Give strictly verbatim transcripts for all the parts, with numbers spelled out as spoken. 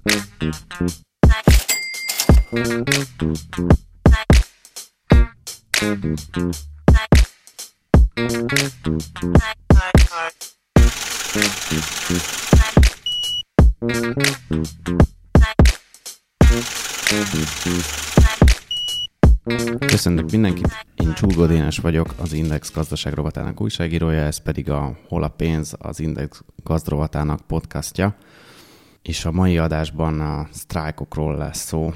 Köszöntök mindenkit, én Csulgó Dénes vagyok, az Index gazdaság rovatának újságírója, ez pedig a Hol a pénz, az Index gazdarovatának podcastja, és a mai adásban a sztrájkokról lesz szó.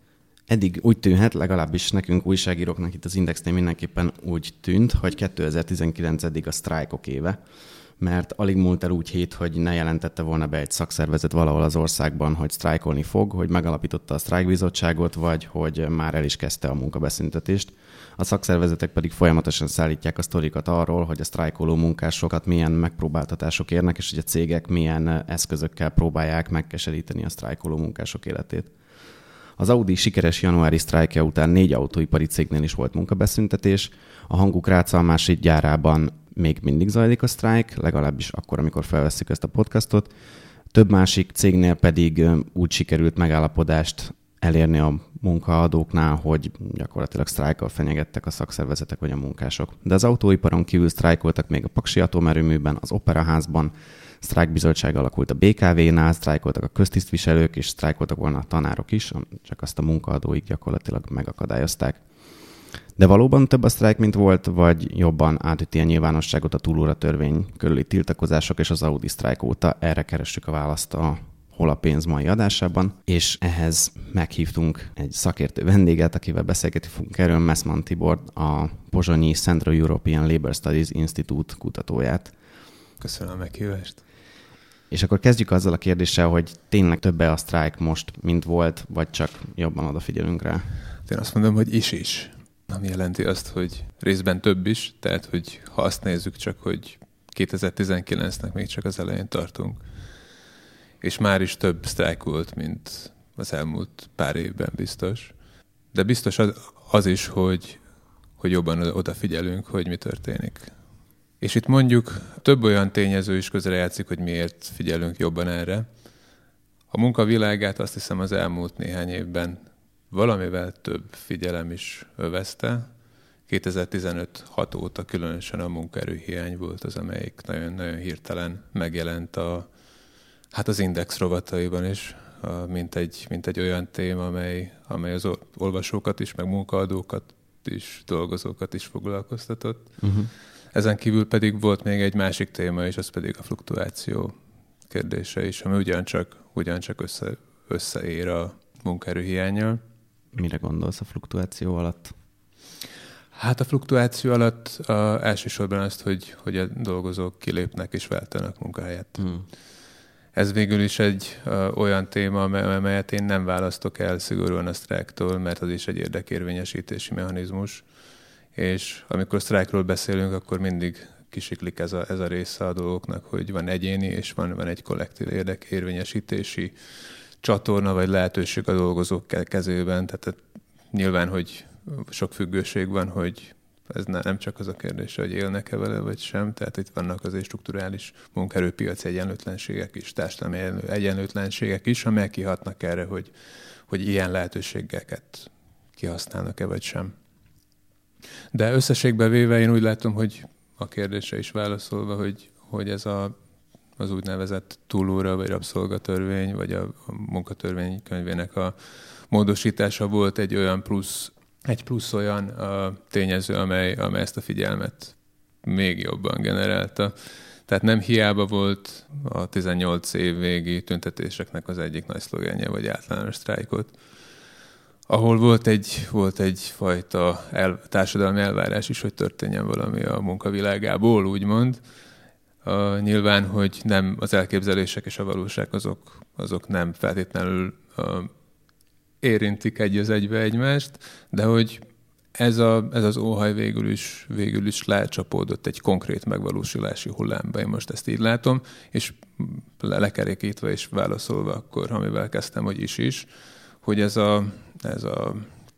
Eddig úgy tűnhet, legalábbis nekünk újságíróknak itt az Indexnél mindenképpen úgy tűnt, hogy kétezer-tizenkilenc eddig a sztrájkok éve, mert alig múlt el úgy hét, hogy ne jelentette volna be egy szakszervezet valahol az országban, hogy sztrájkolni fog, hogy megalapította a sztrájkbizottságot, vagy hogy már el is kezdte a munkabeszüntetést. A szakszervezetek pedig folyamatosan szállítják a sztorikat arról, hogy a sztrájkoló munkásokat milyen megpróbáltatások érnek, és hogy a cégek milyen eszközökkel próbálják megkeseríteni a sztrájkoló munkások életét. Az Audi sikeres januári sztrájkja után négy autóipari cégnél is volt munkabeszüntetés, a Hanguk Rácalmási gyárában még mindig zajlik a sztrájk, legalábbis akkor, amikor felvesszük ezt a podcastot. Több másik cégnél pedig úgy sikerült megállapodást elérni a munkaadóknál, hogy gyakorlatilag sztrájkkal fenyegettek a szakszervezetek vagy a munkások. De az autóiparon kívül sztrájkoltak még a Paksi Atomerőműben, az Operaházban, sztrájkbizottság alakult a bé ká vé-nál, sztrájkoltak a köztisztviselők, és sztrájkoltak volna a tanárok is, csak azt a munkaadóik gyakorlatilag megakadályozták. De valóban több a sztrájk, mint volt, vagy jobban átüti a nyilvánosságot a túlóra törvény körüli tiltakozások és az Audi sztrájk óta? Erre keressük a választ a Hol a pénz mai adásában, és ehhez meghívtunk egy szakértő vendéget, akivel beszélgetni fogunk erről, Messmann Tibor, a pozsonyi Central European Labour Studies Institute kutatóját. Köszönöm a meghívást. És akkor kezdjük azzal a kérdéssel, hogy tényleg többe a sztrájk most, mint volt, vagy csak jobban odafigyelünk rá? Én azt mondom, hogy is-is. Ami jelenti azt, hogy részben több is, tehát hogy ha azt nézzük csak, hogy kétezer-tizenkilencnek még csak az elején tartunk, és már is több sztrájk volt, mint az elmúlt pár évben biztos. De biztos az, az is, hogy, hogy jobban odafigyelünk, hogy mi történik. És itt mondjuk több olyan tényező is közrejátszik, hogy miért figyelünk jobban erre. A munkavilágát azt hiszem az elmúlt néhány évben valamivel több figyelem is övezte. kétezer-tizenöt-hat óta különösen a munkaerőhiány volt az, amelyik nagyon-nagyon hirtelen megjelent a, hát az Index rovataiban is, a, mint, egy, mint egy olyan téma, amely, amely az olvasókat is, meg munkaadókat is, dolgozókat is foglalkoztatott. Uh-huh. Ezen kívül pedig volt még egy másik téma is, az pedig a fluktuáció kérdése is, ami ugyancsak, ugyancsak össze, összeér a munkaerőhiánnyal. Mire gondolsz a fluktuáció alatt? Hát a fluktuáció alatt a, elsősorban azt, hogy, hogy a dolgozók kilépnek és váltanak munkahelyet. Hmm. Ez végül is egy ö, olyan téma, amelyet én nem választok el szigorúan a sztrájktól, mert az is egy érdekérvényesítési mechanizmus. És amikor sztrájkról beszélünk, akkor mindig kisiklik ez a, ez a része a dolgoknak, hogy van egyéni és van, van egy kollektív érdekérvényesítési csatorna vagy lehetőség a dolgozók kezében. Tehát nyilván, hogy sok függőség van, hogy ez nem csak az a kérdés, hogy élnek-e vele vagy sem. Tehát itt vannak azért strukturális munkaerőpiaci egyenlőtlenségek is, társadalmi egyenlőtlenségek is, amelyek kihatnak erre, hogy, hogy ilyen lehetőségeket kihasználnak-e vagy sem. De összességben véve én úgy látom, hogy a kérdésre is válaszolva, hogy, hogy ez a, az úgynevezett túlóra vagy rabszolgatörvény, vagy a, a munkatörvény könyvének a módosítása volt egy olyan plusz, egy plusz olyan a tényező, amely, amely ezt a figyelmet még jobban generálta. Tehát nem hiába volt a tizennyolc év végi tüntetéseknek az egyik nagy szlogenje, vagy általános sztrájkot, ahol volt egy, volt egyfajta el, társadalmi elvárás is, hogy történjen valami a munkavilágából, úgymond. Uh, nyilván, hogy nem az elképzelések és a valóság azok, azok nem feltétlenül uh, érintik egy az egybe egymást, de hogy ez, a, ez az óhaj végül is, végül is lecsapódott egy konkrét megvalósulási hullámba, én most ezt így látom, és lekerékítve és válaszolva akkor, amivel kezdtem, hogy is is, hogy ez a, ez a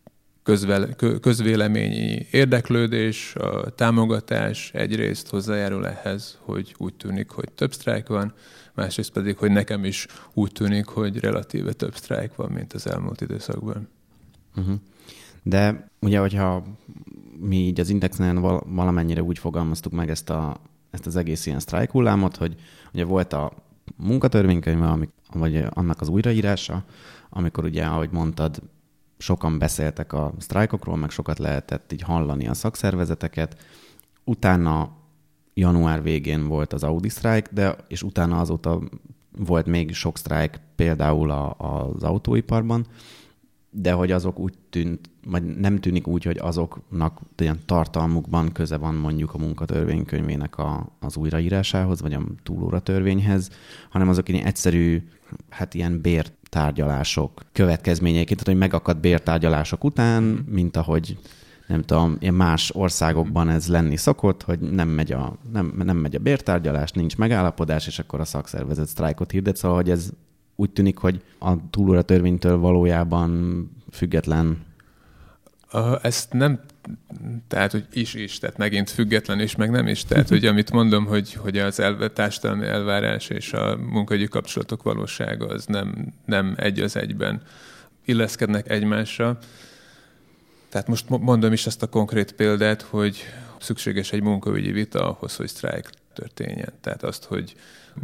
közvel, közvéleményi érdeklődés, a támogatás egyrészt hozzájárul ehhez, hogy úgy tűnik, hogy több sztrájk van, másrészt pedig, hogy nekem is úgy tűnik, hogy relatíve több sztrájk van, mint az elmúlt időszakban. Uh-huh. De ugye, hogyha mi így az Indexnél valamennyire úgy fogalmaztuk meg ezt, a, ezt az egész ilyen sztrájk hullámot, hogy ugye volt a munkatörvénykönyve, vagy annak az újraírása, amikor ugye, ahogy mondtad, sokan beszéltek a sztrájkokról, meg sokat lehetett így hallani a szakszervezeteket. Utána január végén volt az Audi sztrájk, de és utána azóta volt még sok sztrájk, például a, az autóiparban, de hogy azok úgy tűnt, vagy nem tűnik úgy, hogy azoknak ilyen tartalmukban köze van mondjuk a munkatörvénykönyvének a, az újraírásához, vagy a túlóra törvényhez, hanem azok ilyen egyszerű, hát ilyen bértárgyalások következményeként, tehát hogy megakadt bértárgyalások után, mint ahogy nem tudom, ilyen más országokban ez lenni szokott, hogy nem megy a, nem, nem megy a bértárgyalás, nincs megállapodás, és akkor a szakszervezet sztrájkot hirdet, szóval hogy ez úgy tűnik, hogy a túlóra törvénytől valójában független. Uh, ezt nem, tehát, hogy is-is, tehát megint független is, meg nem is. Tehát, hogy amit mondom, hogy, hogy az elve, társadalmi elvárás és a munkahogyi kapcsolatok valósága az nem, nem egy az egyben illeszkednek egymásra. Tehát most mondom is ezt a konkrét példát, hogy szükséges egy munkaügyi vita ahhoz, hogy sztrájk történjen. Tehát azt, hogy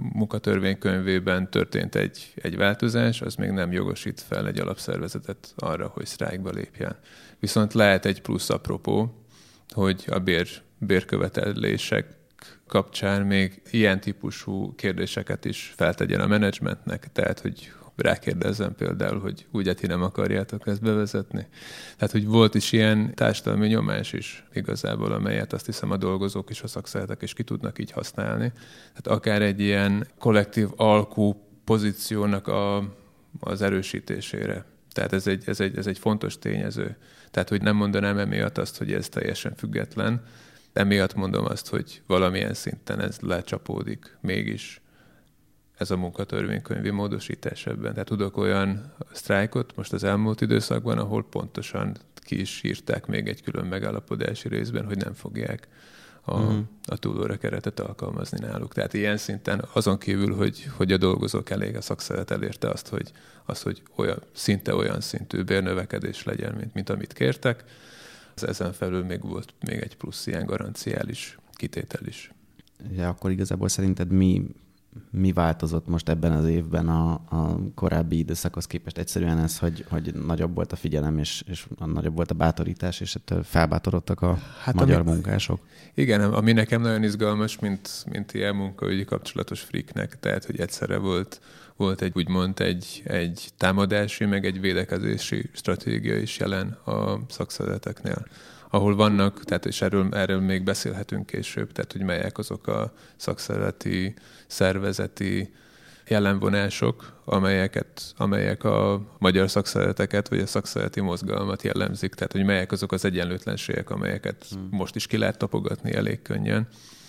munkatörvénykönyvében történt egy, egy változás, az még nem jogosít fel egy alapszervezetet arra, hogy sztrájkba lépjen. Viszont lehet egy plusz apropó, hogy a bér, bérkövetelések kapcsán még ilyen típusú kérdéseket is feltegyen a menedzsmentnek, tehát hogy rákérdezem például, hogy úgy ti nem akarjátok ezt bevezetni. Tehát, hogy volt is ilyen társadalmi nyomás is igazából, amelyet azt hiszem a dolgozók és a szakszervezetek is ki tudnak így használni. Tehát akár egy ilyen kollektív alkú pozíciónak a, az erősítésére. Tehát ez egy, ez, egy, ez egy fontos tényező. Tehát, hogy nem mondanám emiatt azt, hogy ez teljesen független, emiatt mondom azt, hogy valamilyen szinten ez lecsapódik mégis ez a munkatörvénykönyvi módosítás ebben. Tehát tudok olyan sztrájkot most az elmúlt időszakban, ahol pontosan ki is írták még egy külön megállapodási részben, hogy nem fogják a, uh-huh. a túlóra keretet alkalmazni náluk. Tehát ilyen szinten azon kívül, hogy, hogy a dolgozók elég, a szakszervezet elérte azt, hogy, azt, hogy olyan, szinte olyan szintű bérnövekedés legyen, mint, mint amit kértek. Ezen felül még volt még egy plusz ilyen garanciális kitétel is. Ja, akkor igazából szerinted mi Mi változott most ebben az évben a, a korábbi időszakhoz képest? Egyszerűen ez, hogy, hogy nagyobb volt a figyelem, és, és nagyobb volt a bátorítás, és ettől felbátorodtak a hát magyar ami, munkások? Igen, ami nekem nagyon izgalmas, mint, mint ilyen munkaügyi kapcsolatos friknek, tehát, hogy egyszerre volt, volt egy úgymond egy, egy támadási, meg egy védekezési stratégia is jelen a szakszervezeteknél, ahol vannak, tehát és erről, erről még beszélhetünk később, tehát hogy melyek azok a szakszervezeti, szervezeti jellemvonások, amelyeket, amelyek a magyar szakszervezeteket, vagy a szakszervezeti mozgalmat jellemzik, tehát hogy melyek azok az egyenlőtlenségek, amelyeket hmm. most is ki lehet tapogatni elég könnyen.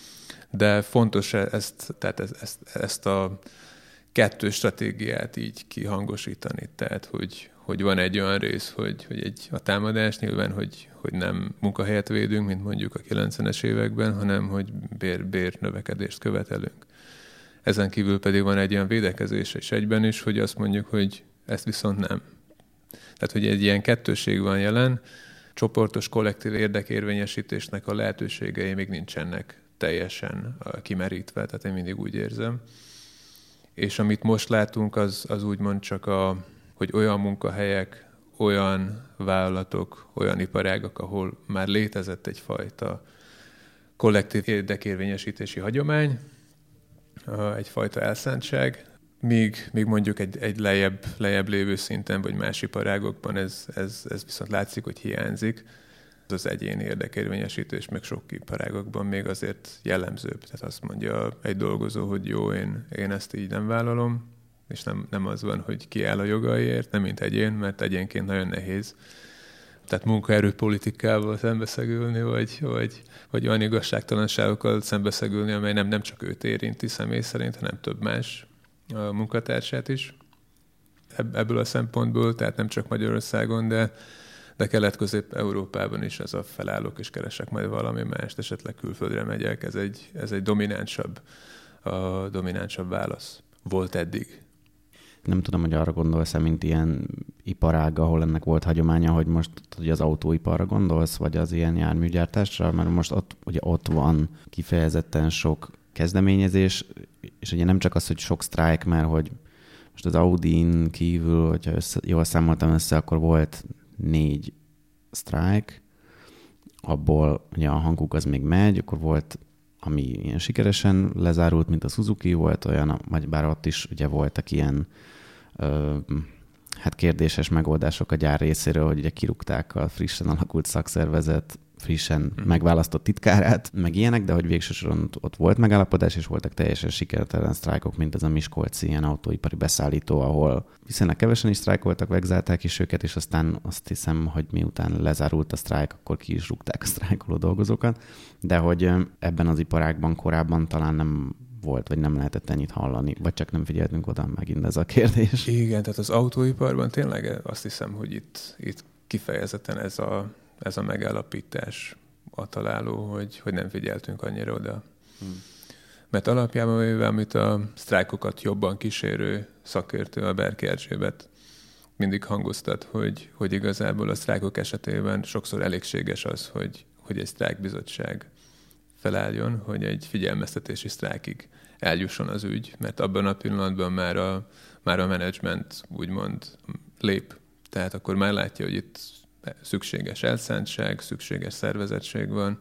De fontos ezt, tehát ezt, ezt, ezt a kettő stratégiát így kihangosítani, tehát hogy hogy van egy olyan rész, hogy, hogy egy, a támadás nyilván, hogy, hogy nem munkahelyet védünk, mint mondjuk a kilencvenes években, hanem hogy bér, bér növekedést követelünk. Ezen kívül pedig van egy olyan védekezés is egyben is, hogy azt mondjuk, hogy ezt viszont nem. Tehát, hogy egy ilyen kettőség van jelen, csoportos kollektív érdekérvényesítésnek a lehetőségei még nincsenek teljesen kimerítve, tehát én mindig úgy érzem. És amit most látunk, az, az úgymond csak a hogy olyan munkahelyek, olyan vállalatok, olyan iparágak, ahol már létezett egyfajta kollektív érdekérvényesítési hagyomány, egyfajta elszántság, míg, míg mondjuk egy, egy lejjebb, lejjebb lévő szinten, vagy más iparágokban ez, ez, ez viszont látszik, hogy hiányzik. Az egyéni érdekérvényesítés meg sok iparágokban még azért jellemzőbb. Tehát azt mondja egy dolgozó, hogy jó, én, én ezt így nem vállalom, és nem, nem az van, hogy ki áll a jogaiért, nem mint egyén, mert egyénként nagyon nehéz. Tehát munkaerőpolitikával szembeszegülni, vagy, vagy, vagy olyan igazságtalanságokkal szembeszegülni, amely nem, nem csak őt érinti személy szerint, hanem több más a munkatársát is. Ebből a szempontból, tehát nem csak Magyarországon, de, de Kelet-Közép-Európában is ez a felállok és keresek majd valami mást, esetleg külföldre megyek, ez egy, ez egy dominánsabb, a dominánsabb válasz volt eddig. Nem tudom, hogy arra gondolsz-e, mint ilyen iparág, ahol ennek volt hagyománya, hogy most hogy az autóiparra gondolsz, vagy az ilyen járműgyártásra, mert most ott, ugye ott van kifejezetten sok kezdeményezés, és ugye nem csak az, hogy sok sztrájk, mert hogy most az Audin kívül, hogyha össze, jól számoltam össze, akkor volt négy sztrájk, abból ugye a hanguk az még megy, akkor volt, ami ilyen sikeresen lezárult, mint a Suzuki, volt olyan, vagy bár ott is ugye voltak ilyen ö, hát kérdéses megoldások a gyár részéről, hogy ugye kirúgták a frissen alakult szakszervezet, frissen hmm. megválasztott titkárát, meg ilyenek, de hogy végső soron ott volt megállapodás, és voltak teljesen sikertelen sztrájkok, mint ez a miskolci ilyen autóipari beszállító, ahol viszonylag kevesen is sztrájkoltak, vegzálták is őket, és aztán azt hiszem, hogy miután lezárult a sztrájk, akkor ki is rúgták a sztrájkoló dolgozókat, de hogy ebben az iparágban korábban talán nem volt, vagy nem lehetett ennyit hallani, vagy csak nem figyeltünk oda, megint ez a kérdés. Igen, tehát az autóiparban tényleg azt hiszem, hogy itt, itt kifejezetten ez a ez a megállapítás a találó, hogy, hogy nem figyeltünk annyira oda. Hmm. Mert alapjában véve, amit a sztrájkokat jobban kísérő szakértő, a Berki Erzsébet mindig hangoztat, hogy, hogy igazából a sztrájkok esetében sokszor elégséges az, hogy, hogy egy sztrájkbizottság felálljon, hogy egy figyelmeztetési sztrájkig eljusson az ügy, mert abban a pillanatban már a, már a menedzsment úgymond lép. Tehát akkor már látja, hogy itt szükséges elszántság, szükséges szervezettség van,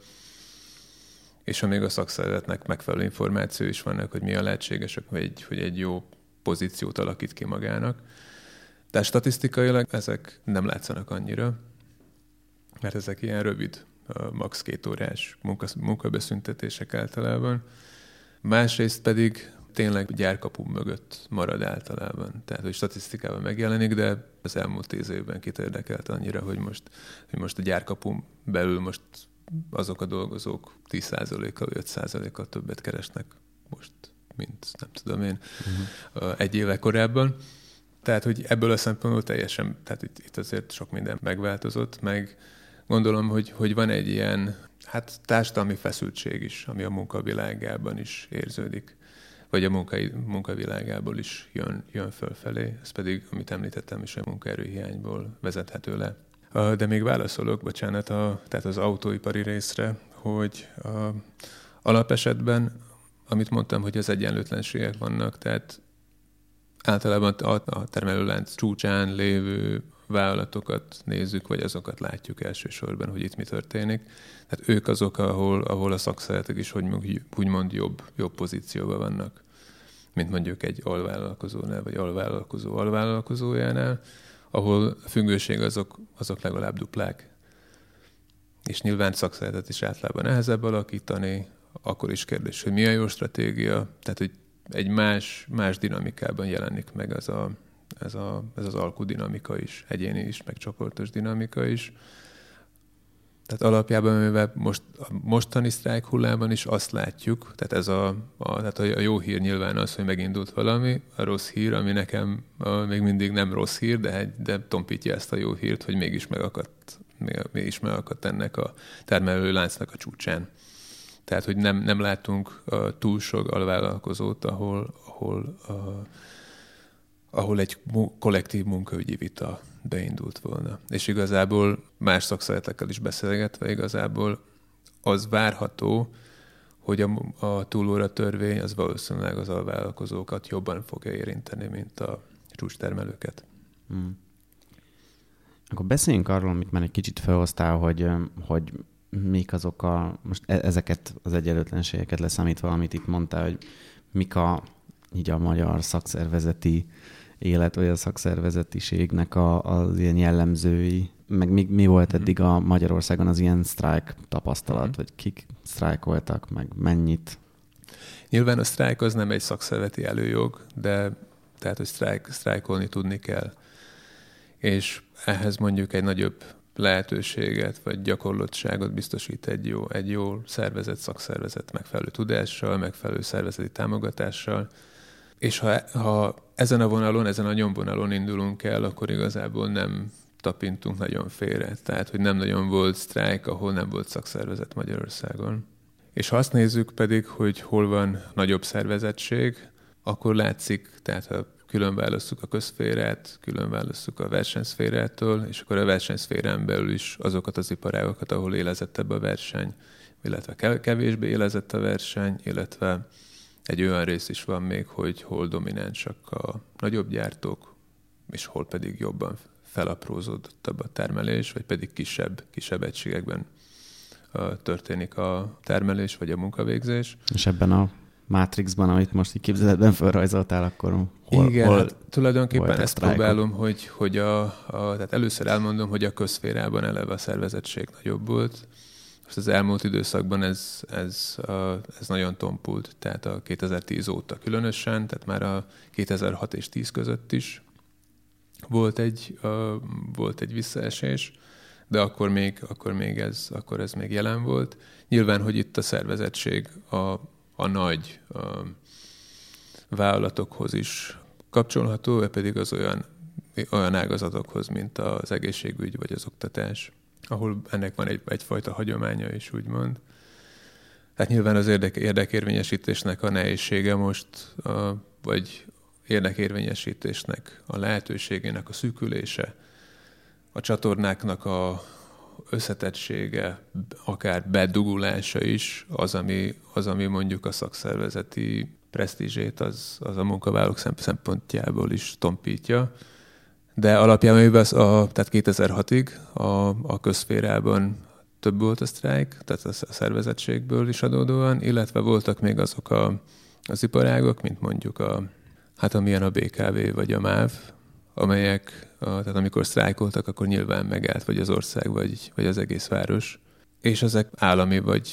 és ha még a szakszervezetnek megfelelő információ is vannak, hogy mi a lehetséges, hogy egy, hogy egy jó pozíciót alakít ki magának. De statisztikailag ezek nem látszanak annyira, mert ezek ilyen rövid, max. két órás munkabeszüntetések általában. Másrészt pedig tényleg gyárkapu mögött marad általában. Tehát, hogy statisztikában megjelenik, de az elmúlt tíz évben kit érdekelt annyira, hogy most, hogy most a gyárkapun belül most azok a dolgozók tíz százalékkal, öt százalékkal többet keresnek most, mint nem tudom én, uh-huh. egy éve korábban. Tehát, hogy ebből a szempontból teljesen, tehát itt, itt azért sok minden megváltozott, meg gondolom, hogy, hogy van egy ilyen hát társadalmi feszültség is, ami a munkavilágában is érződik, vagy a munkai, munkavilágából is jön, jön fölfelé. Ez pedig, amit említettem is, a munkaerőhiányból vezethető le. De még válaszolok, bocsánat, a, tehát az autóipari részre, hogy a, alapesetben, amit mondtam, hogy az egyenlőtlenségek vannak, tehát általában a, a termelőlánc csúcsán lévő vállalatokat nézzük, vagy azokat látjuk elsősorban, hogy itt mi történik. Tehát ők azok, ahol, ahol a szakszervezetek is hogy úgymond jobb, jobb pozícióban vannak, mint mondjuk egy alvállalkozónál, vagy alvállalkozó alvállalkozójánál, ahol a függőség azok, azok legalább duplák. És nyilván szakszervezetet is általában nehezebb alakítani, akkor is kérdés, hogy mi a jó stratégia, tehát hogy egy más, más dinamikában jelenik meg az a Ez, a, ez az alkudinamika is, egyéni is, meg csoportos dinamika is. Tehát alapjában, mivel most, a mostani sztrájk hullában is azt látjuk, tehát, ez a, a, tehát a jó hír nyilván az, hogy megindult valami, a rossz hír, ami nekem a, még mindig nem rossz hír, de, de tompítja ezt a jó hírt, hogy mégis megakadt, mégis megakadt ennek a termelő láncnak a csúcsán. Tehát, hogy nem, nem látunk a, túl sok alvállalkozót, ahol, ahol a, ahol egy kollektív munkaügyi vita beindult volna. És igazából más szakszervezetekkel is beszélgetve, igazából az várható, hogy a, a túlóra törvény az valószínűleg az alvállalkozókat jobban fogja érinteni, mint a csúcstermelőket. Hmm. Akkor beszéljünk arról, amit már egy kicsit felhoztál, hogy, hogy mik azok a, most ezeket az egyenlőtlenségeket leszámítva, amit itt mondtál, hogy mik a, így a magyar szakszervezeti élet, vagy a szakszervezetiségnek a, az ilyen jellemzői, meg mi, mi volt eddig a Magyarországon az ilyen sztrájk tapasztalat, uh-huh. vagy kik sztrájkoltak, meg mennyit? Nyilván a sztrájk az nem egy szakszervezeti előjog, de tehát, hogy sztrájk, sztrájkolni tudni kell. És ehhez mondjuk egy nagyobb lehetőséget, vagy gyakorlottságot biztosít egy jó, egy jó szervezet, szakszervezet megfelelő tudással, megfelelő szervezeti támogatással. És ha, ha ezen a vonalon, ezen a nyomvonalon indulunk el, akkor igazából nem, tapintunk nagyon félre. Tehát, hogy nem nagyon volt sztrájk, ahol nem volt szakszervezet Magyarországon. És ha azt nézzük pedig, hogy hol van nagyobb szervezettség, akkor látszik, tehát ha külön választjuk a közszférát, külön választjuk a versenyszférától, és akkor a versenyszférán belül is azokat az iparágokat, ahol élezettebb a verseny, illetve kevésbé élezett a verseny, illetve egy olyan rész is van még, hogy hol dominánsak a nagyobb gyártók, és hol pedig jobban felaprózódottabb a termelés, vagy pedig kisebb, kisebb egységekben történik a termelés, vagy a munkavégzés. És ebben a Matrixban, amit most így képzeletben felrajzoltál, akkor hol, igen, hol hát tulajdonképpen ezt sztrájkok? próbálom, hogy, hogy a, a, tehát először elmondom, hogy a közszférában eleve a szervezettség nagyobb volt. Most az elmúlt időszakban ez, ez, a, ez nagyon tompult, tehát a kétezer-tíz óta különösen, tehát már a kétezer-hat és tíz között is volt egy, a, volt egy visszaesés, de akkor még, akkor még ez, akkor ez még jelen volt. Nyilván, hogy itt a szervezettség a, a nagy a vállalatokhoz is kapcsolható, vagy pedig az olyan, olyan ágazatokhoz, mint az egészségügy vagy az oktatás, ahol ennek van egy, egyfajta hagyománya is, úgymond. Tehát nyilván az érdek, érdekérvényesítésnek a nehézsége most, a, vagy érdekérvényesítésnek a lehetőségének a szűkülése, a csatornáknak a összetettsége, akár bedugulása is, az, ami, az, ami mondjuk a szakszervezeti presztízsét, az, az a munkavállalók szempontjából is tompítja. De alapjában az a, tehát kétezer-hatig a, a közszférában több volt a sztrájk, tehát a szervezettségből is adódóan, illetve voltak még azok a, az iparágok, mint mondjuk a, hát amilyen a bé ká vé vagy a MÁV, amelyek, a, tehát amikor sztrájkoltak, akkor nyilván megállt vagy az ország, vagy, vagy az egész város. És ezek állami vagy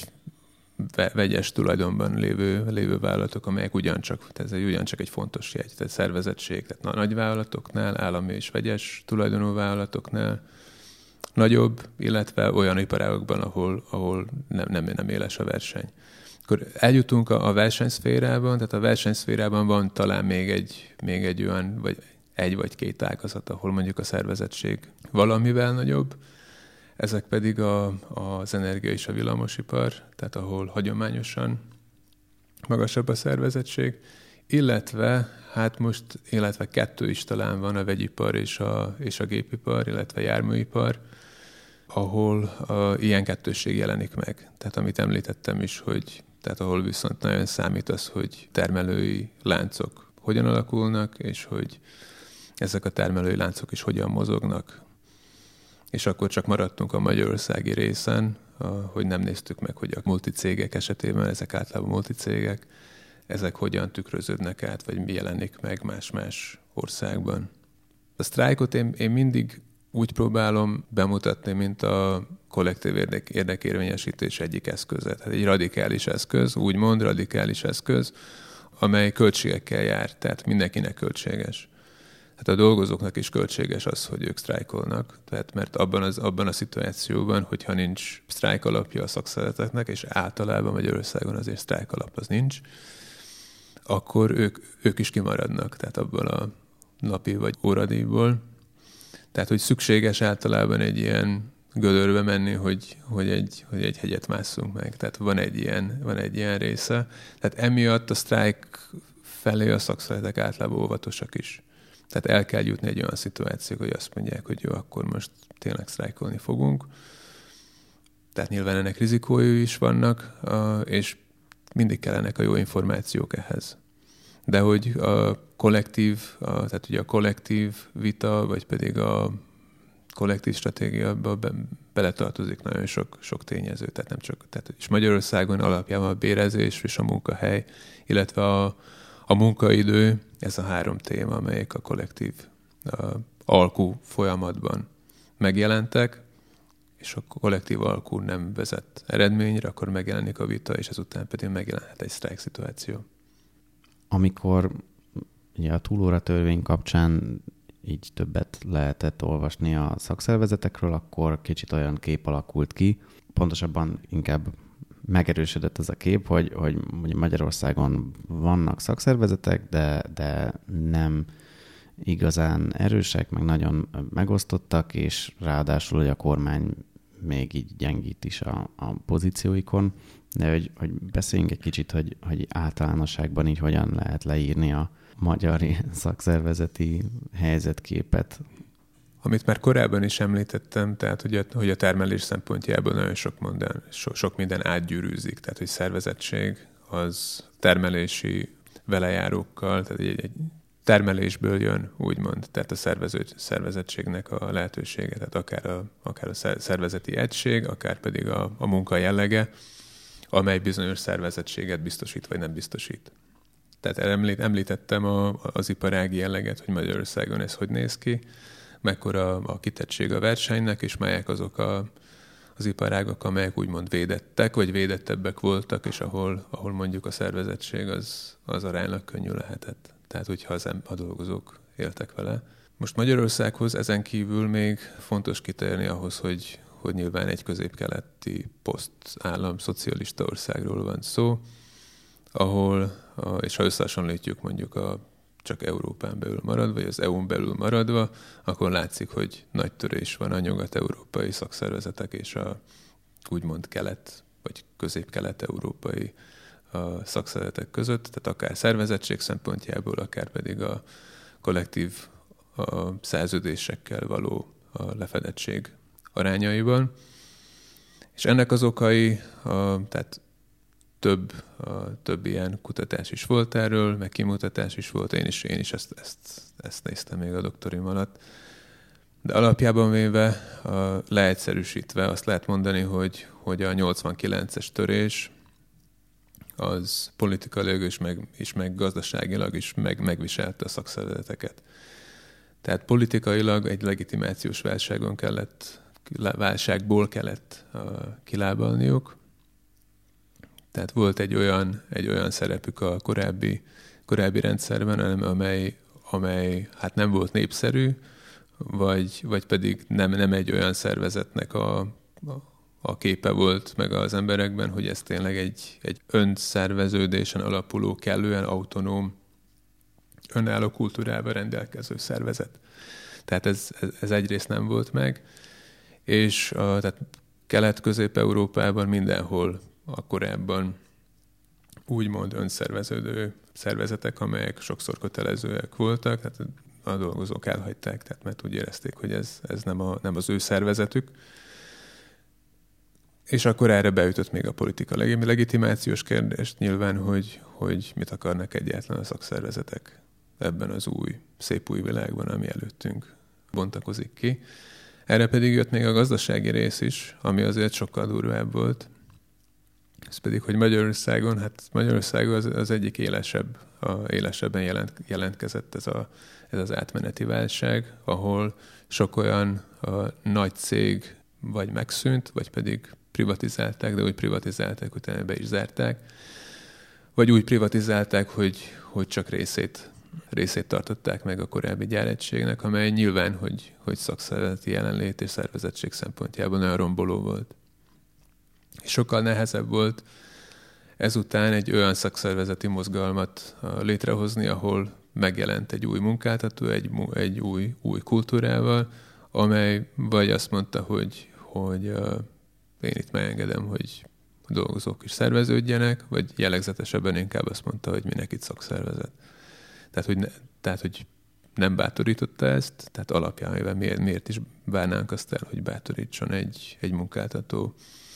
vegyes tulajdonban lévő, lévő vállalatok, amelyek ugyancsak, tehát ez egy, ugyancsak egy fontos jegy, tehát szervezettség, tehát nagy vállalatoknál, állami és vegyes tulajdonú vállalatoknál nagyobb, illetve olyan iparágokban, ahol, ahol nem, nem, nem éles a verseny. Akkor eljutunk a, a versenyszférában, tehát a versenyszférában van talán még egy, még egy olyan, vagy egy vagy két ágazat, ahol mondjuk a szervezettség valamivel nagyobb, ezek pedig a, az energia és a villamosipar, tehát ahol hagyományosan magasabb a szervezettség, illetve, hát most, illetve kettő is talán van, a vegyipar és a, és a gépipar, illetve járműipar, ahol a, ilyen kettősség jelenik meg. Tehát amit említettem is, hogy tehát ahol viszont nagyon számít az, hogy termelői láncok hogyan alakulnak, és hogy ezek a termelői láncok is hogyan mozognak. És akkor csak maradtunk a magyarországi részen, hogy nem néztük meg, hogy a multicégek esetében, ezek általában multicégek, ezek hogyan tükröződnek át, vagy mi jelenik meg más-más országban. A sztrájkot én, én mindig úgy próbálom bemutatni, mint a kollektív érdek, érdekérvényesítés egyik eszköze. Tehát egy radikális eszköz, úgymond radikális eszköz, amely költségekkel jár, tehát mindenkinek költséges. Tehát a dolgozóknak is költséges az, hogy ők sztrájkolnak. Tehát mert abban, az, abban a szituációban, hogyha nincs sztrájk alapja a szakszervezeteknek, és általában Magyarországon azért sztrájk alap az nincs, akkor ők, ők is kimaradnak, tehát abban a napi vagy óradíjból. Tehát, hogy szükséges általában egy ilyen gödörbe menni, hogy, hogy, egy, hogy egy hegyet másszunk meg. Tehát van egy ilyen, van egy ilyen része. Tehát emiatt a sztrájk felé a szakszervezetek általában óvatosak is. Tehát el kell jutni egy olyan szituációk, hogy azt mondják, hogy jó, akkor most tényleg sztrájkolni fogunk. Tehát nyilván ennek rizikói is vannak, és mindig kellenek a jó információk ehhez. De hogy a kollektív, a, tehát ugye a kollektív vita, vagy pedig a kollektív stratégiába be, beletartozik nagyon sok, sok tényező. Tehát nem csak, tehát és Magyarországon alapjában a bérezés és a munkahely, illetve a, a munkaidő, ez a három téma, amelyek a kollektív a, alkú folyamatban megjelentek, és a kollektív alkú nem vezet eredményre, akkor megjelenik a vita, és ezután pedig megjelenhet egy sztrájk szituáció. Amikor ugye a túlóra törvény kapcsán így többet lehetett olvasni a szakszervezetekről, akkor kicsit olyan kép alakult ki. Pontosabban inkább megerősödött az a kép, hogy, hogy Magyarországon vannak szakszervezetek, de, de nem igazán erősek, meg nagyon megosztottak, és ráadásul, hogy a kormány még így gyengít is a, a pozícióikon, de hogy, hogy beszéljünk egy kicsit, hogy, hogy általánosságban így hogyan lehet leírni a magyar szakszervezeti helyzetképet. Amit már korábban is említettem, tehát hogy a, hogy a termelés szempontjából nagyon sok minden, so, sok minden átgyűrűzik, tehát hogy szervezettség az termelési velejárókkal, tehát egy, egy termelésből jön, úgymond, tehát a szervező, szervezettségnek a lehetősége, tehát akár a, akár a szervezeti egység, akár pedig a, a munka jellege, amely bizonyos szervezettséget biztosít, vagy nem biztosít. Tehát említ, említettem a, az iparági jelleget, hogy Magyarországon ez hogy néz ki, mekkora a kitettség a versenynek, és melyek azok a, az iparágak, amelyek úgymond védettek, vagy védettebbek voltak, és ahol, ahol mondjuk a szervezettség az, az aránylag könnyű lehetett. Tehát, hogyha az a dolgozók éltek vele. Most Magyarországhoz ezen kívül még fontos kitérni ahhoz, hogy, hogy nyilván egy középkeleti posztállam szocialista országról van szó, ahol, és ha összehasonlítjuk mondjuk a csak Európán belül maradva, vagy az é u-n belül maradva, akkor látszik, hogy nagy törés van a nyugat-európai szakszervezetek és a úgymond kelet, vagy közép-kelet-európai a szakszervezetek között, tehát akár szervezettség szempontjából, akár pedig a kollektív a szerződésekkel való a lefedettség arányaiban. És ennek az okai, a, tehát több, a, több ilyen kutatás is volt erről, meg kimutatás is volt, én is, én is ezt, ezt, ezt néztem még a doktorim alatt. De alapjában véve, a, leegyszerűsítve azt lehet mondani, hogy, hogy a nyolcvankilences törés az politikailag is, meg, is, meg gazdaságilag is meg, megviselte a szakszervezeteket. Tehát politikailag egy legitimációs válságon kellett, válságból kellett uh, kilábalniuk. Tehát volt egy olyan, egy olyan szerepük a korábbi, korábbi rendszerben, amely, amely hát nem volt népszerű, vagy, vagy pedig nem, nem egy olyan szervezetnek a, a, a képe volt meg az emberekben, hogy ez tényleg egy, egy önszerveződésen alapuló, kellően autonóm, önálló kultúrával rendelkező szervezet. Tehát ez, ez, ez egyrészt nem volt meg, és a, tehát Kelet-Közép-Európában mindenhol a korábban úgymond önszerveződő szervezetek, amelyek sokszor kötelezőek voltak, tehát a dolgozók elhagyták, tehát mert úgy érezték, hogy ez, ez nem, a, nem az ő szervezetük. És akkor erre beütött még a politika legitimációs kérdést nyilván, hogy, hogy mit akarnak egyáltalán a szakszervezetek ebben az új, szép új világban, ami előttünk bontakozik ki. Erre pedig jött még a gazdasági rész is, ami azért sokkal durvább volt. Ez pedig, hogy Magyarországon, hát Magyarországon az, az egyik élesebb, a, élesebben jelent, jelentkezett ez, a, ez az átmeneti válság, ahol sok olyan a, nagy cég vagy megszűnt, vagy pedig privatizálták, de úgy privatizálták, utána be is zárták, vagy úgy privatizálták, hogy, hogy csak részét, részét tartották meg a korábbi gyáregységnek, amely nyilván, hogy, hogy szakszervezeti jelenlét és szervezettség szempontjából nagyon romboló volt. És sokkal nehezebb volt ezután egy olyan szakszervezeti mozgalmat létrehozni, ahol megjelent egy új munkáltató, egy, egy új, új kultúrával, amely vagy azt mondta, hogy, hogy uh, én itt megengedem, hogy a dolgozók is szerveződjenek, vagy jellegzetesebben inkább azt mondta, hogy minek itt szakszervezet. Tehát, hogy, ne, tehát, hogy nem bátorította ezt, tehát alapján miért, miért is bárnánk azt el, hogy bátorítson egy, egy munkáltató,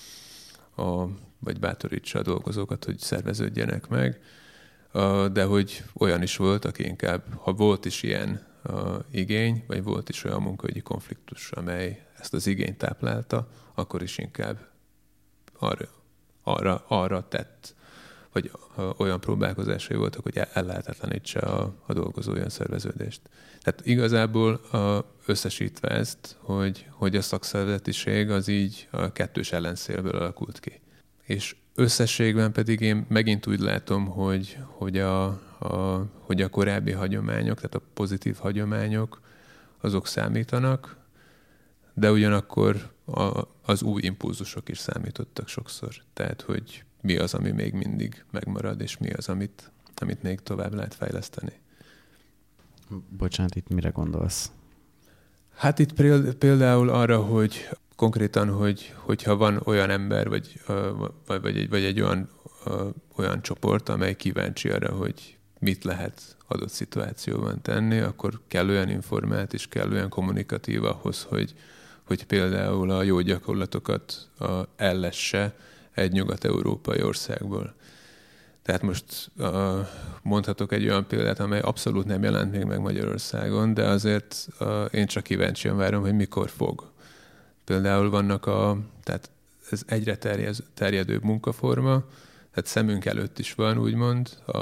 a, vagy bátorítsa a dolgozókat, hogy szerveződjenek meg, a, de hogy olyan is volt, aki inkább, ha volt is ilyen a, igény, vagy volt is olyan munkaügyi konfliktus, amely ezt az igényt táplálta, akkor is inkább arra, arra, arra tett, vagy olyan próbálkozásai voltak, hogy ellehetetlenítse a, a dolgozó olyan szerveződést. Tehát igazából a, összesítve ezt, hogy, hogy a szakszervezetiség az így a kettős ellenszélből alakult ki. És összességben pedig én megint úgy látom, hogy, hogy, a, a, hogy a korábbi hagyományok, tehát a pozitív hagyományok, azok számítanak, de ugyanakkor a, az új impulzusok is számítottak sokszor. Tehát, hogy mi az, ami még mindig megmarad, és mi az, amit, amit még tovább lehet fejleszteni. Bocsánat, itt mire gondolsz? Hát itt például arra, hogy konkrétan, hogy, hogyha van olyan ember, vagy, vagy, vagy, egy, vagy egy olyan, olyan csoport, amely kíváncsi arra, hogy mit lehet adott szituációban tenni, akkor kell olyan informált és kell olyan kommunikatív ahhoz, hogy, hogy például a jó gyakorlatokat ellesse egy nyugat-európai országból. Tehát most uh, mondhatok egy olyan példát, amely abszolút nem jelent még meg Magyarországon, de azért uh, én csak kíváncsian várom, hogy mikor fog. Például vannak a, tehát ez egyre terjed, terjedőbb munkaforma, tehát szemünk előtt is van, úgymond, a,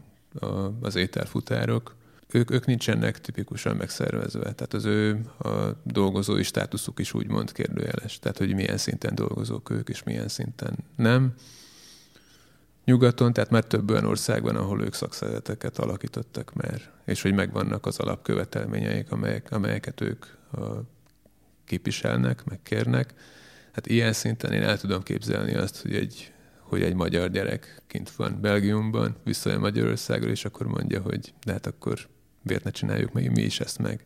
a, az ételfutárok. Ők, ők nincsenek tipikusan megszervezve, tehát az ő a dolgozói státuszuk is úgymond kérdőjeles, tehát hogy milyen szinten dolgozók ők, és milyen szinten nem. Nyugaton, tehát már több olyan ország van, ahol ők szakszervezeteket alakítottak már, és hogy megvannak az alapkövetelményeik, amelyek, amelyeket ők uh, képviselnek, megkérnek. Hát ilyen szinten én el tudom képzelni azt, hogy egy, hogy egy magyar gyerek kint van Belgiumban, visszajön Magyarországra, és akkor mondja, hogy de hát akkor miért ne csináljuk meg mi is ezt meg.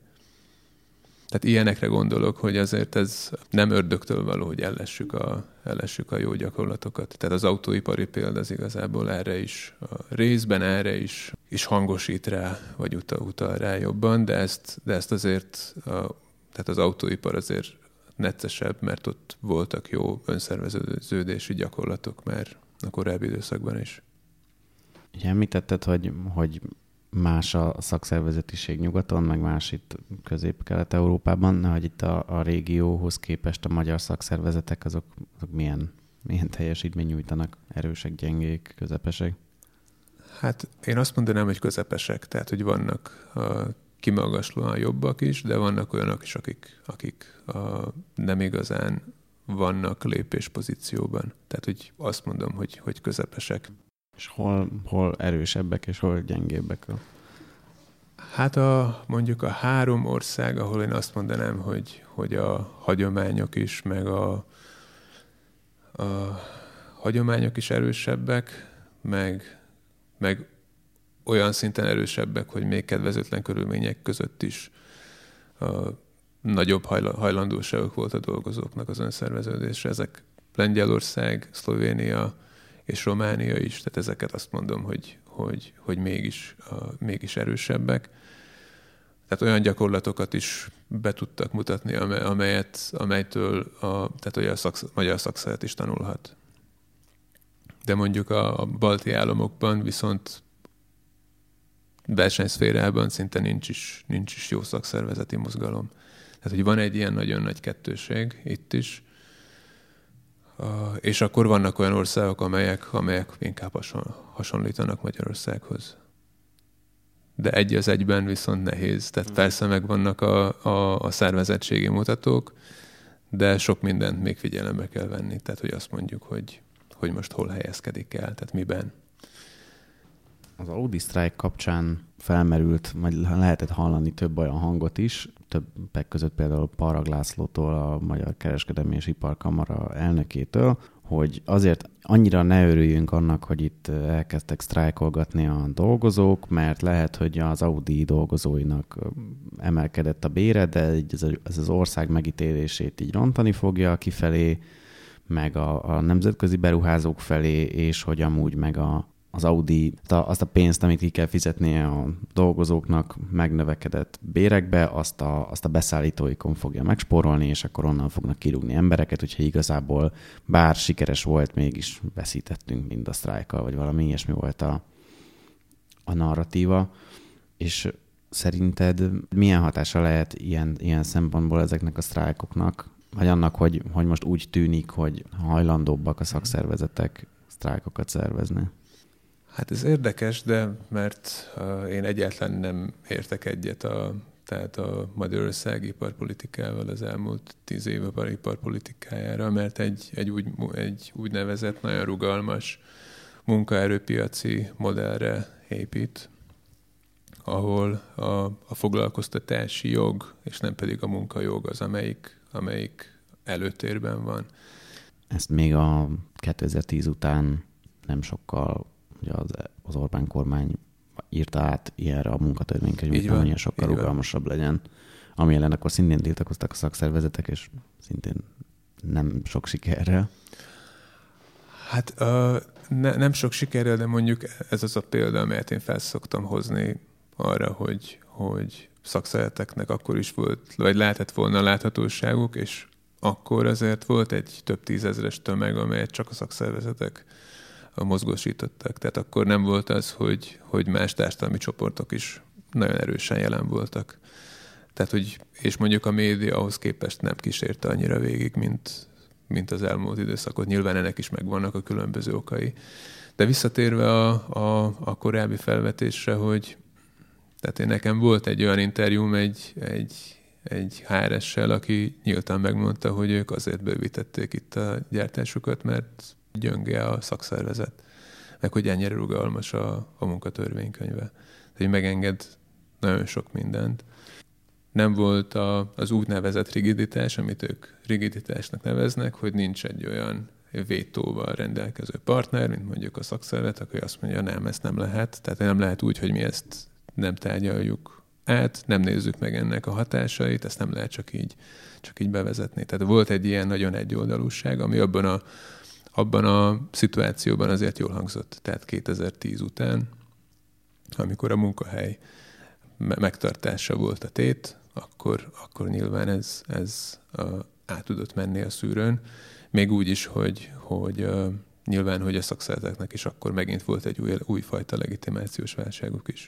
Tehát ilyenekre gondolok, hogy azért ez nem ördögtől való, hogy ellessük a, ellessük a jó gyakorlatokat. Tehát az autóipari példa az igazából erre is, a részben erre is, is hangosít rá, vagy utal, utal rá jobban, de ezt, de ezt azért, a, tehát az autóipar azért neccesebb, mert ott voltak jó önszerveződési gyakorlatok már a korábbi időszakban is. Ugye említetted, hogy, hogy más a szakszervezetiség nyugaton, meg más itt Közép-Kelet-Európában, hogy itt a, a régióhoz képest a magyar szakszervezetek azok, azok milyen, milyen teljesítmény nyújtanak? Erősek, gyengék, közepesek? Hát én azt mondanám, hogy közepesek, tehát hogy vannak a kimagaslóan jobbak is, de vannak olyanok is, akik, akik a nem igazán vannak lépéspozícióban. Tehát hogy azt mondom, hogy, hogy közepesek. És hol, hol erősebbek, és hol gyengébbek? Hát a, mondjuk a három ország, ahol én azt mondanám, hogy, hogy a hagyományok is, meg a, a hagyományok is erősebbek, meg, meg olyan szinten erősebbek, hogy még kedvezőtlen körülmények között is a nagyobb hajlandóságok volt a dolgozóknak az önszerveződésre. Ezek Lengyelország, Szlovénia és Románia is, tehát ezeket azt mondom, hogy, hogy, hogy mégis, uh, mégis erősebbek. Tehát olyan gyakorlatokat is be tudtak mutatni, amelyet, amelytől a, tehát olyan szaksz, magyar szakszervezet is tanulhat. De mondjuk a, a balti államokban viszont versenyszférában szinte nincs is, nincs is jó szakszervezeti mozgalom. Tehát, hogy van egy ilyen nagyon nagy kettőség itt is, Uh, és akkor vannak olyan országok, amelyek, amelyek inkább hason, hasonlítanak Magyarországhoz. De egy az egyben viszont nehéz. Tehát mm. persze megvannak a, a, a szervezettségi mutatók, de sok mindent még figyelembe kell venni. Tehát, hogy azt mondjuk, hogy, hogy most hol helyezkedik el, tehát miben. Az Audi sztrájk kapcsán felmerült, vagy lehetett hallani több olyan hangot is, többek között például Parag Lászlótól, a Magyar Kereskedelmi és Iparkamara elnökétől, hogy azért annyira ne örüljünk annak, hogy itt elkezdtek sztrájkolgatni a dolgozók, mert lehet, hogy az Audi dolgozóinak emelkedett a bére, de ez az ország megítélését így rontani fogja kifelé, meg a, a nemzetközi beruházók felé, és hogy amúgy meg a az Audi azt a pénzt, amit ki kell fizetnie a dolgozóknak megnövekedett bérekbe, azt a, azt a beszállítóikon fogja megspórolni, és akkor onnan fognak kirúgni embereket, úgyhogy igazából bár sikeres volt, mégis veszítettünk mind a sztrájkkal, vagy valami ilyesmi volt a, a narratíva. És szerinted milyen hatása lehet ilyen, ilyen szempontból ezeknek a sztrájkoknak, vagy annak, hogy, hogy most úgy tűnik, hogy hajlandóbbak a szakszervezetek sztrájkokat szervezni? Hát ez érdekes, de mert uh, én egyáltalán nem értek egyet a, tehát a Magyarország iparpolitikával az elmúlt tíz év iparpolitikájára, mert egy, egy, úgy, egy úgynevezett nagyon rugalmas munkaerőpiaci modellre épít, ahol a, a foglalkoztatási jog, és nem pedig a munkajog az, amelyik, amelyik előtérben van. Ezt még a kétezer-tíz után nem sokkal ugye az, az Orbán kormány írta át ilyenre a munkatörvénykönyvét, hogy sokkal rugalmasabb legyen. Ami ellen akkor szintén tiltakoztak a szakszervezetek, és szintén nem sok sikerrel. Hát uh, ne, nem sok sikerrel, de mondjuk ez az a példa, amelyet én felszoktam hozni arra, hogy, hogy szakszervezeteknek akkor is volt, vagy lehetett volna láthatóságuk, és akkor azért volt egy több tízezeres tömeg, amelyet csak a szakszervezetek mozgósítottak. Tehát akkor nem volt az, hogy, hogy más társadalmi csoportok is nagyon erősen jelen voltak. Tehát, hogy, és mondjuk a média ahhoz képest nem kísérte annyira végig, mint, mint az elmúlt időszakot. Nyilván ennek is megvannak a különböző okai. De visszatérve a, a, a korábbi felvetésre, hogy tehát én nekem volt egy olyan interjúm egy, egy, egy há er es-sel, aki nyíltan megmondta, hogy ők azért bővítették itt a gyártásukat, mert gyönge a szakszervezet, meg hogy ennyire rugalmas a, a munkatörvénykönyve. hogy megenged nagyon sok mindent. Nem volt a, az úgynevezett rigiditás, amit ők rigiditásnak neveznek, hogy nincs egy olyan vétóval rendelkező partner, mint mondjuk a szakszervezet, aki azt mondja, nem, ezt nem lehet. Tehát nem lehet úgy, hogy mi ezt nem tárgyaljuk át, nem nézzük meg ennek a hatásait, ezt nem lehet csak így, csak így bevezetni. Tehát volt egy ilyen nagyon egyoldalúság, ami abban a, abban a szituációban azért jól hangzott. Tehát kétezer-tíz után, amikor a munkahely megtartása volt a tét, akkor, akkor nyilván ez, ez uh, át tudott menni a szűrőn. Még úgy is, hogy, hogy uh, nyilván, hogy a szakszervezeteknek is akkor megint volt egy új, újfajta legitimációs válságuk is.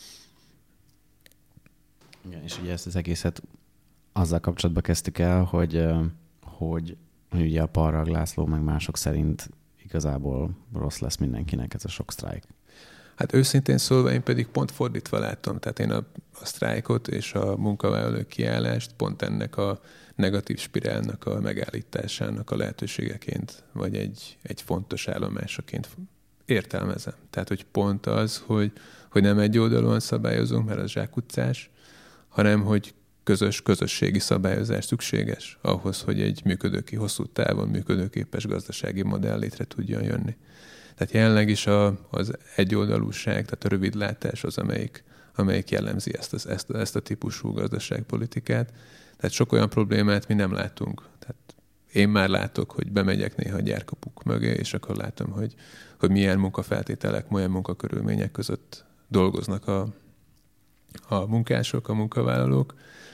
Igen, és ugye ezt az egészet azzal kapcsolatban kezdtük el, hogy, hogy, hogy ugye a Parrag László meg mások szerint igazából rossz lesz mindenkinek ez a sok sztrájk. Hát őszintén szólva én pedig pont fordítva látom. Tehát én a, a sztrájkot és a munkavállaló kiállást pont ennek a negatív spirálnak a megállításának a lehetőségeként, vagy egy, egy fontos állomásaként értelmezem. Tehát, hogy pont az, hogy, hogy nem egy oldalon szabályozunk, mert az zsákutcás, hanem hogy közös közösségi szabályozás szükséges ahhoz, hogy egy működőki, hosszú távon működőképes gazdasági modell létre tudjon jönni. Tehát jelenleg is a, az egyoldalúság, tehát a rövidlátás az, amelyik, amelyik jellemzi ezt, az, ezt, ezt a típusú gazdaságpolitikát. Tehát sok olyan problémát mi nem látunk. Tehát én már látok, hogy bemegyek néha a gyárkapuk mögé, és akkor látom, hogy, hogy milyen munkafeltételek, milyen munkakörülmények között dolgoznak a, a munkások, a munkavállalók,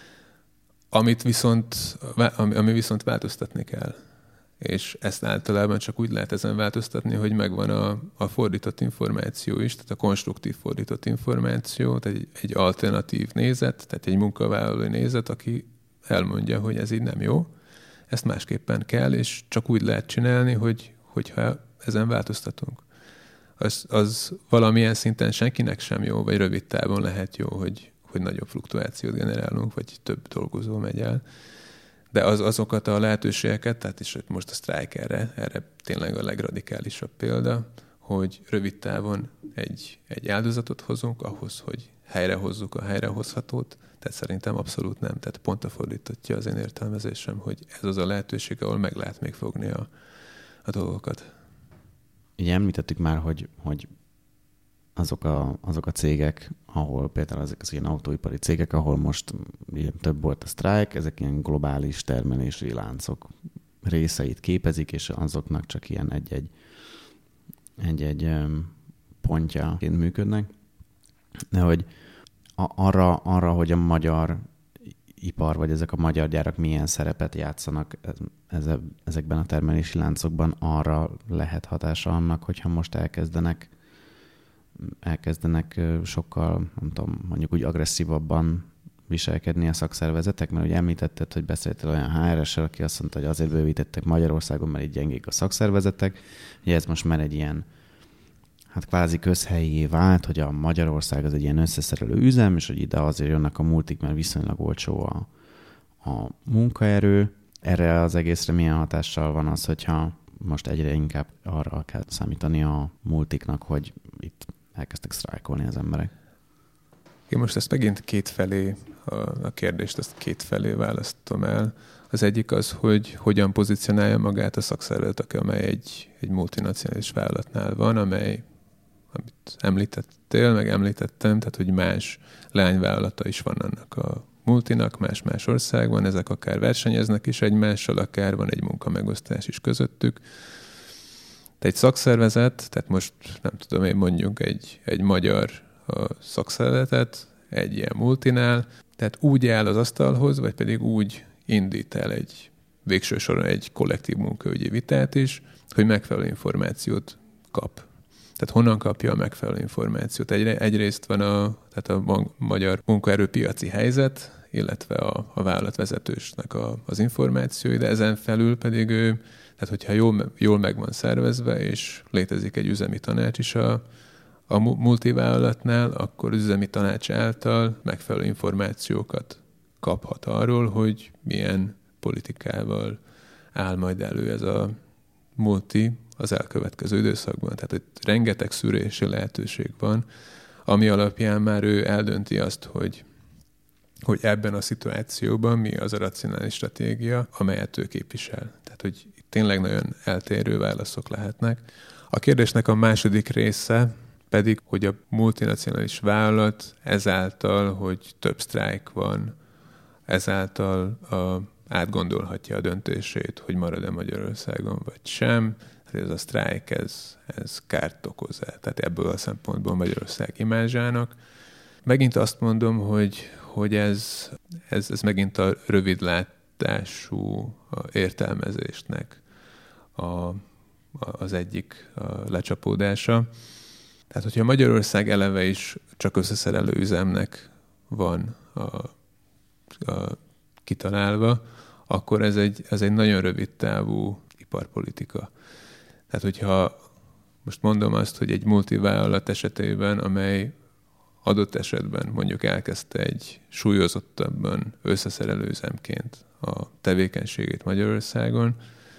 amit viszont, ami viszont változtatni kell. És ezt általában csak úgy lehet ezen változtatni, hogy megvan a, a fordított információ is, tehát a konstruktív fordított információ, tehát egy, egy alternatív nézet, tehát egy munkavállalói nézet, aki elmondja, hogy ez így nem jó, ezt másképpen kell, és csak úgy lehet csinálni, hogy, hogyha ezen változtatunk. Az, az valamilyen szinten senkinek sem jó, vagy rövid távon lehet jó, hogy, hogy nagyobb fluktuációt generálunk, vagy több dolgozó megy el. De az, azokat a lehetőségeket, tehát is most a sztrájk erre, erre tényleg a legradikálisabb példa, hogy rövid távon egy, egy áldozatot hozunk ahhoz, hogy helyrehozzuk a helyrehozhatót, tehát szerintem abszolút nem. Tehát pont a fordítottja az én értelmezésem, hogy ez az a lehetőség, ahol meg lehet még fogni a, a dolgokat. Ugye említettük már, hogy, hogy azok, a, azok a cégek, ahol például ezek az ilyen autóipari cégek, ahol most ilyen több volt a sztrájk, ezek ilyen globális termelési láncok részeit képezik, és azoknak csak ilyen egy-egy, egy-egy pontjaként működnek. De hogy arra, arra, hogy a magyar ipar, vagy ezek a magyar gyárak milyen szerepet játszanak ezekben a termelési láncokban, arra lehet hatása annak, hogyha most elkezdenek elkezdenek sokkal, nem tudom, mondjuk úgy agresszívabban viselkedni a szakszervezetek, mert ugye említetted, hogy beszéltél olyan há er es-sel, aki azt mondta, hogy azért bővítettek Magyarországon, mert itt gyengék a szakszervezetek. Ugye ez most már egy ilyen, hát kvázi közhelyié vált, hogy a Magyarország az egy ilyen összeszerelő üzem, és hogy ide azért jönnek a multik, mert viszonylag olcsó a, a munkaerő. Erre az egészre milyen hatással van az, hogyha most egyre inkább arra kell számítani a multiknak, hogy itt elkezdtek sztrájkolni az emberek. Én most ezt megint két felé, a kérdést ezt két felé választom el. Az egyik az, hogy hogyan pozícionálja magát a szakszervezet, amely egy, egy multinacionális vállalatnál van, amely amit említettél, meg említettem, tehát hogy más leányvállalata is van annak a multinak, más-más országban, ezek akár versenyeznek is egymással, akár van egy munkamegosztás is közöttük. De egy szakszervezet, tehát most nem tudom én mondjuk egy, egy magyar szakszervezetet, egy ilyen multinál, tehát úgy áll az asztalhoz, vagy pedig úgy indít el egy végső soron egy kollektív munkaügyi vitát is, hogy megfelelő információt kap. Tehát honnan kapja a megfelelő információt? Egy, egyrészt van a, tehát a magyar munkaerőpiaci helyzet, illetve a, a vállalatvezetősnek a, az információi, de ezen felül pedig ő, tehát hogyha jól, jól meg van szervezve, és létezik egy üzemi tanács is a, a multivállalatnál, akkor az üzemi tanács által megfelelő információkat kaphat arról, hogy milyen politikával áll majd elő ez a multi az elkövetkező időszakban. Tehát itt rengeteg szűrési lehetőség van, ami alapján már ő eldönti azt, hogy, hogy ebben a szituációban mi az a racionális stratégia, amelyet ő képvisel. Tehát, hogy tényleg nagyon eltérő válaszok lehetnek. A kérdésnek a második része pedig, hogy a multinacionális vállalat ezáltal, hogy több sztrájk van, ezáltal a, átgondolhatja a döntését, hogy marad-e Magyarországon, vagy sem. Ez a sztrájk, ez, ez kárt okoz el. Tehát ebből a szempontból Magyarország imázsának. Megint azt mondom, hogy, hogy ez, ez, ez megint a rövidlátású értelmezésnek a, a, az egyik a lecsapódása. Tehát, hogyha Magyarország eleve is csak összeszerelő üzemnek van a, a, kitalálva, akkor ez egy, ez egy nagyon rövid távú iparpolitika. Tehát, hogyha most mondom azt, hogy egy multivállalat esetében, amely adott esetben mondjuk elkezdte egy súlyozottabban összeszerelő üzemként a tevékenységét Magyarországon,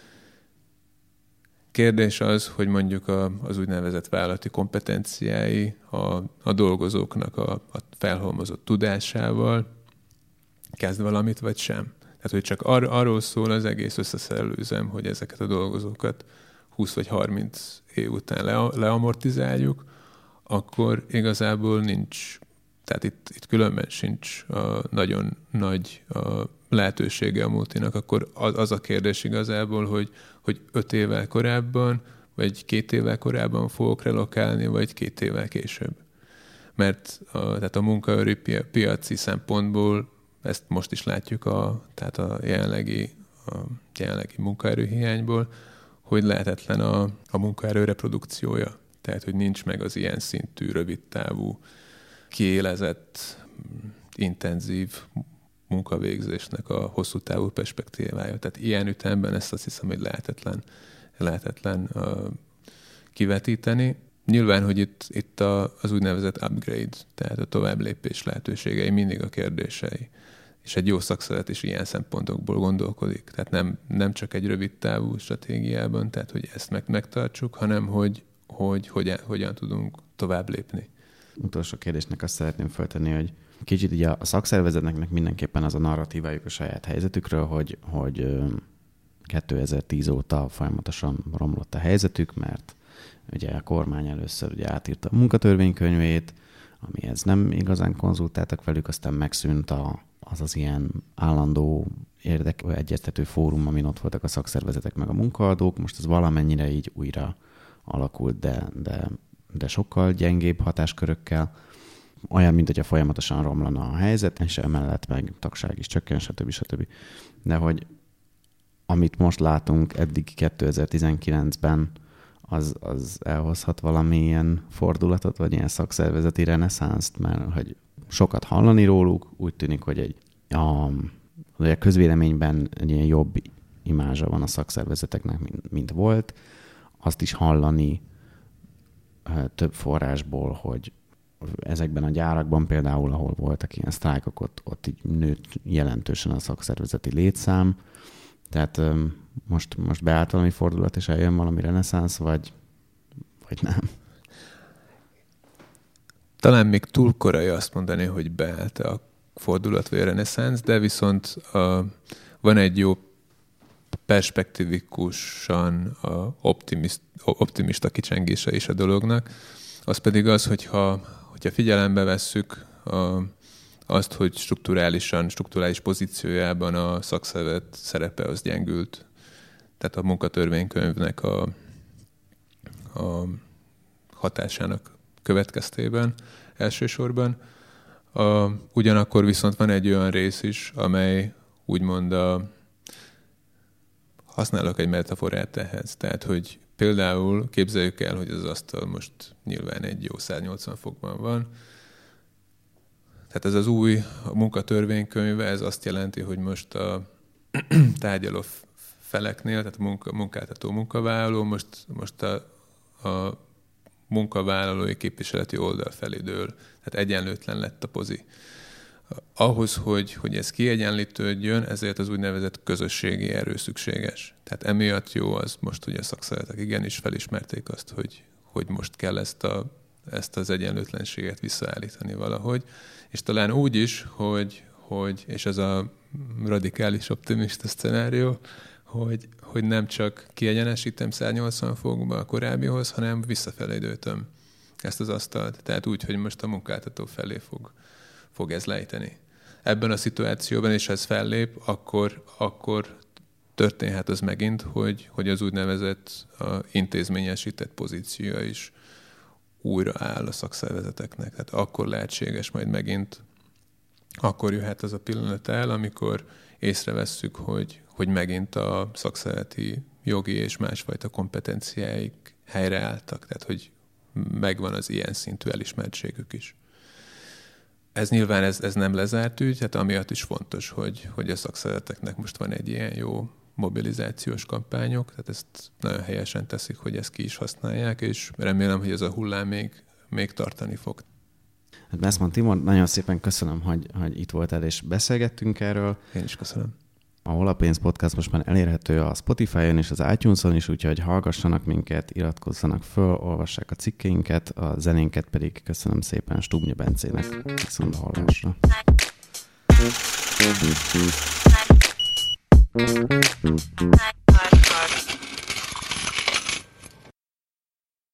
kérdés az, hogy mondjuk a, az úgynevezett vállalati kompetenciái a, a dolgozóknak a, a felhalmozott tudásával kezd valamit, vagy sem. Tehát, hogy csak ar- arról szól az egész összeszerelő üzem, hogy ezeket a dolgozókat húsz vagy harminc év után le- leamortizáljuk, akkor igazából nincs, tehát itt, itt különben sincs a nagyon nagy a lehetősége a multinak, akkor az, az a kérdés igazából, hogy, hogy öt évvel korábban, vagy két évvel korábban fogok relokálni, vagy két évvel később. Mert a, tehát a munkaerőpiaci szempontból ezt most is látjuk a, tehát a jelenlegi, a jelenlegi munkaerőhiányból, hogy lehetetlen a, a munkaerő reprodukciója. Tehát, hogy nincs meg az ilyen szintű, rövidtávú, kiélezett, intenzív munkavégzésnek a hosszú távú perspektívája. Tehát ilyen ütemben ezt azt hiszem, hogy lehetetlen, lehetetlen uh, kivetíteni. Nyilván, hogy itt, itt a, az úgynevezett upgrade, tehát a továbblépés lehetőségei mindig a kérdései. És egy jó szakszervezet is ilyen szempontokból gondolkodik. Tehát nem, nem csak egy rövid távú stratégiában, tehát hogy ezt meg, megtartsuk, hanem hogy, hogy hogyan, hogyan tudunk tovább lépni. Utolsó kérdésnek azt szeretném feltenni, hogy kicsit így a szakszervezetnek mindenképpen az a narratívájuk a saját helyzetükről, hogy, hogy kétezer-tíz óta folyamatosan romlott a helyzetük, mert ugye a kormány először ugye átírta a munkatörvénykönyvét, amihez nem igazán konzultáltak velük, aztán megszűnt a, az az ilyen állandó érdek egyeztető fórum, amin ott voltak a szakszervezetek meg a munkaadók. Most ez valamennyire így újra alakult, de, de, de sokkal gyengébb hatáskörökkel. Olyan, mint hogyha folyamatosan romlana a helyzet, és emellett meg tagság is csökken, stb. stb. De hogy amit most látunk eddig kétezer-tizenkilencben, az, az elhozhat valamilyen fordulatot, vagy ilyen szakszervezeti reneszánszt, mert hogy sokat hallani róluk, úgy tűnik, hogy egy a, a közvéleményben egy ilyen jobb imázsa van a szakszervezeteknek, mint, mint volt. Azt is hallani több forrásból, hogy ezekben a gyárakban például, ahol voltak ilyen sztrájkok, ott, ott így nőtt jelentősen a szakszervezeti létszám. Tehát most, most beállt valami fordulat, és eljön valami reneszánsz, vagy, vagy nem? Talán még túl korai azt mondani, hogy beállt a fordulat vagy a reneszánsz, de viszont a, van egy jó perspektívikusan a optimist, optimista kicsengése is a dolognak, Az pedig az, hogyha, hogyha figyelembe vesszük a, azt, hogy strukturálisan, strukturális pozíciójában a szakszervezet szerepe az gyengült. Tehát a munkatörvénykönyvnek a, a hatásának következtében elsősorban. A, ugyanakkor viszont van egy olyan rész is, amely úgymond a, használok egy metaforát ehhez. Tehát, hogy például képzeljük el, hogy az asztal most nyilván egy jó száznyolcvan fokban van. Tehát ez az új munkatörvénykönyve, ez azt jelenti, hogy most a tárgyaló feleknél, tehát a munka, munkáltató munkavállaló, most, most a, a munkavállalói képviseleti oldal felé dől. Tehát egyenlőtlen lett a pozi. Ahhoz, hogy, hogy ez kiegyenlítődjön, ezért az úgynevezett közösségi erő szükséges. Tehát emiatt jó az most, hogy a szakszervezetek igenis felismerték azt, hogy, hogy most kell ezt, a, ezt az egyenlőtlenséget visszaállítani valahogy. És talán úgy is, hogy, hogy és ez a radikális optimista szcenárió, hogy, hogy nem csak kiegyenesítem száznyolcvan fokba a korábbihoz, hanem visszafelé dőtöm ezt az asztalt. Tehát úgy, hogy most a munkáltató felé fog, fog ez lejteni. Ebben a szituációban, és ha ez fellép, akkor, akkor történhet az megint, hogy, hogy az úgynevezett a intézményesített pozíciója is újra áll a szakszervezeteknek. Tehát akkor lehetséges majd megint, akkor jöhet az a pillanat el, amikor észrevesszük, hogy, hogy megint a szakszervezeti jogi és másfajta kompetenciáik helyreálltak. Tehát, hogy megvan az ilyen szintű elismertségük is. Ez nyilván ez, ez nem lezárt ügy, hát amiatt is fontos, hogy, hogy a szakszervezeteknek most van egy ilyen jó mobilizációs kampányok, tehát ezt nagyon helyesen teszik, hogy ezt ki is használják, és remélem, hogy ez a hullám még, még tartani fog. Hát Bessmann Timor, nagyon szépen köszönöm, hogy, hogy itt voltál és beszélgettünk erről. Én is köszönöm. A Hol a pénz podcast most már elérhető a Spotify-on és az iTunes-on is, úgyhogy hallgassanak minket, iratkozzanak föl, olvassák a cikkeinket, a zenénket pedig köszönöm szépen Stubnya Bencének. Viszont a hallásra. Thank you.